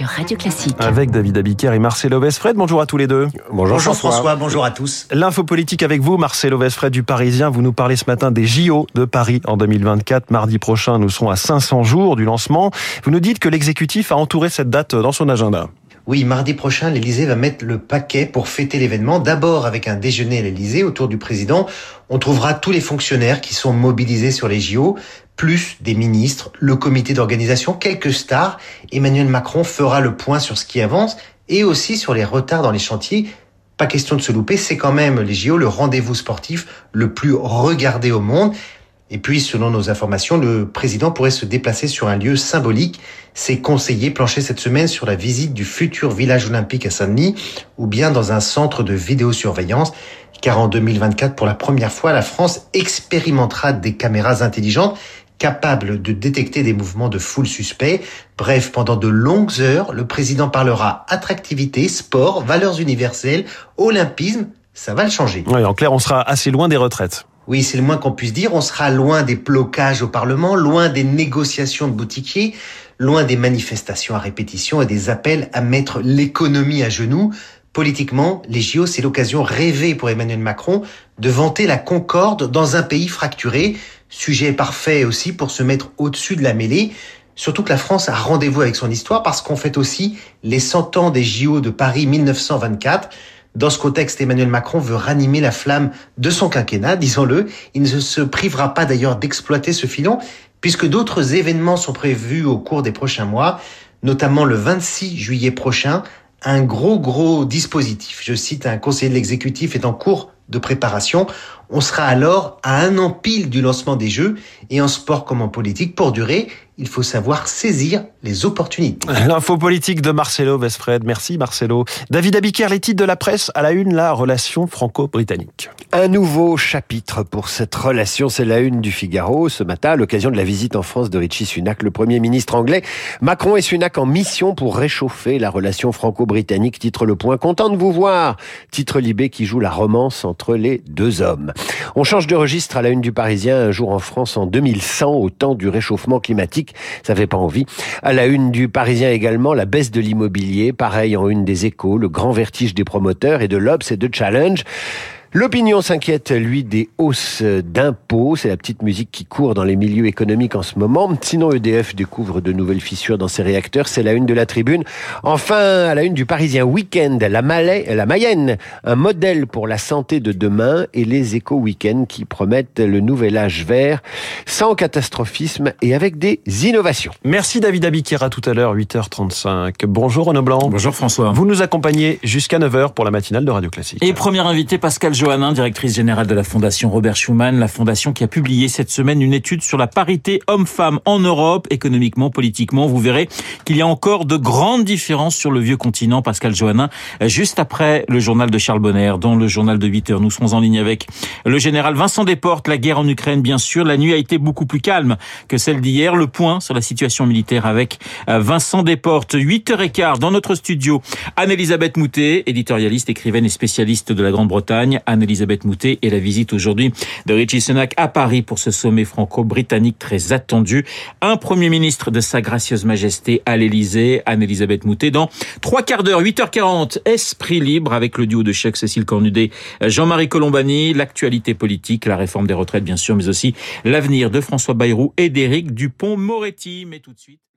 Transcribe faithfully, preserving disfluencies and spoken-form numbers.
sur Radio Classique. Avec David Abiker et Marcelo Westfred. Bonjour à tous les deux. Bonjour, bonjour François. François, bonjour à tous. L'info politique avec vous, Marcelo Westfred du Parisien. Vous nous parlez ce matin des J O de Paris en deux mille vingt-quatre. Mardi prochain, nous serons à cinq cents jours du lancement. Vous nous dites que l'exécutif a entouré cette date dans son agenda. Oui, mardi prochain, l'Élysée va mettre le paquet pour fêter l'événement. D'abord avec un déjeuner à l'Élysée autour du président. On trouvera tous les fonctionnaires qui sont mobilisés sur les J O, plus des ministres, le comité d'organisation, quelques stars. Emmanuel Macron fera le point sur ce qui avance et aussi sur les retards dans les chantiers. Pas question de se louper, c'est quand même les J O, le rendez-vous sportif le plus regardé au monde. Et puis, selon nos informations, le président pourrait se déplacer sur un lieu symbolique. Ses conseillers planchaient cette semaine sur la visite du futur village olympique à Saint-Denis ou bien dans un centre de vidéosurveillance. Car en deux mille vingt-quatre, pour la première fois, la France expérimentera des caméras intelligentes capables de détecter des mouvements de foule suspects. Bref, pendant de longues heures, le président parlera attractivité, sport, valeurs universelles, olympisme. Ça va le changer. Oui, en clair, on sera assez loin des retraites. Oui, c'est le moins qu'on puisse dire. On sera loin des blocages au Parlement, loin des négociations de boutiquiers, loin des manifestations à répétition et des appels à mettre l'économie à genoux. Politiquement, les J O, c'est l'occasion rêvée pour Emmanuel Macron de vanter la concorde dans un pays fracturé. Sujet parfait aussi pour se mettre au-dessus de la mêlée. Surtout que la France a rendez-vous avec son histoire parce qu'on fête aussi les cent ans des J O de Paris mille neuf cent vingt-quatre. Dans ce contexte, Emmanuel Macron veut ranimer la flamme de son quinquennat, disons-le. Il ne se privera pas d'ailleurs d'exploiter ce filon, puisque d'autres événements sont prévus au cours des prochains mois, notamment le vingt-six juillet prochain. Un gros, gros dispositif, je cite, un conseiller de l'exécutif est en cours de préparation. On sera alors à un an pile du lancement des Jeux. Et en sport comme en politique, pour durer, il faut savoir saisir les opportunités. L'info politique de Marcelo Westfred. Merci Marcelo. David Abiker, les titres de la presse à la une, la relation franco-britannique. Un nouveau chapitre pour cette relation, c'est la une du Figaro ce matin, à l'occasion de la visite en France de Rishi Sunak, le Premier ministre anglais. Macron et Sunak en mission pour réchauffer la relation franco-britannique, titre Le Point. Content de vous voir, titre Libé qui joue la romance entre les deux hommes. On change de registre à la une du Parisien, un jour en France en deux mille cent, au temps du réchauffement climatique. Ça fait pas envie. À la une du Parisien également, la baisse de l'immobilier. Pareil en une des Échos, le grand vertige des promoteurs et de l'Obs et de Challenge. L'opinion s'inquiète, lui, des hausses d'impôts. C'est la petite musique qui court dans les milieux économiques en ce moment. Sinon, E D F découvre de nouvelles fissures dans ses réacteurs. C'est la une de la Tribune. Enfin, à la une du Parisien Week-end, la, Malais, la Mayenne, un modèle pour la santé de demain, et les Échos Week-end qui promettent le nouvel âge vert, sans catastrophisme et avec des innovations. Merci David Abiker, à tout à l'heure, huit heures trente-cinq. Bonjour Renaud Blanc. Bonjour François. Vous nous accompagnez jusqu'à neuf heures pour la matinale de Radio Classique. Et première invitée, Pascale Johannin, directrice générale de la Fondation Robert Schuman, la fondation qui a publié cette semaine une étude sur la parité homme-femme en Europe, économiquement, politiquement. Vous verrez qu'il y a encore de grandes différences sur le vieux continent. Pascale Johannin, juste après le journal de Charles Bonner, dans le journal de huit heures. Nous serons en ligne avec le général Vincent Desportes. La guerre en Ukraine, bien sûr. La nuit a été beaucoup plus calme que celle d'hier. Le point sur la situation militaire avec Vincent Desportes. huit heures quinze dans notre studio. Anne-Elisabeth Moutet, éditorialiste, écrivaine et spécialiste de la Grande-Bretagne. Anne-Elisabeth Moutet et la visite aujourd'hui de Rishi Sunak à Paris pour ce sommet franco-britannique très attendu. Un Premier ministre de Sa Gracieuse Majesté à l'Élysée, Anne-Elisabeth Moutet, dans trois quarts d'heure, huit heures quarante, Esprit libre avec le duo de chefs Cécile Cornudet, Jean-Marie Colombani, l'actualité politique, la réforme des retraites bien sûr, mais aussi l'avenir de François Bayrou et d'Éric Dupond-Moretti. Mais tout de suite...